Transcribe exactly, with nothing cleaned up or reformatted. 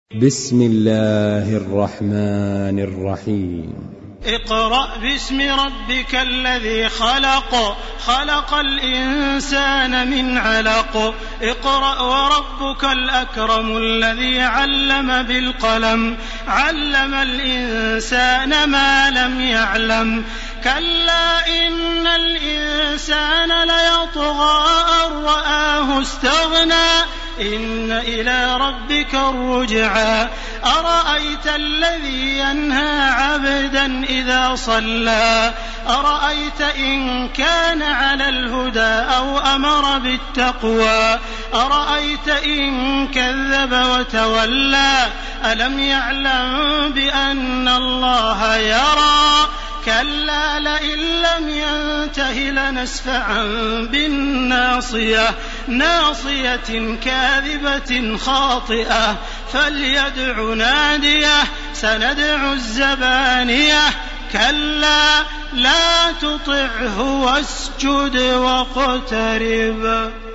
بسم الله الرحمن الرحيم. اقرأ باسم ربك الذي خلق خلق الإنسان من علق اقرأ وربك الأكرم الذي علم بالقلم علم الإنسان ما لم يعلم كلا إن الإنسان ليطغى أن رآه استغنى إن إلى ربك الرجعى أرأيت الذي ينهى عبدا إذا صلى أرأيت إن كان على الهدى أو أمر بالتقوى أرأيت إن كذب وتولى ألم يعلم بأن الله يرى كلا لئن لم ينته لنسفعا بالناصية ناصية كاذبة خاطئة فليدع ناديه سندع الزبانية كلا لا تطعه واسجد واقترب.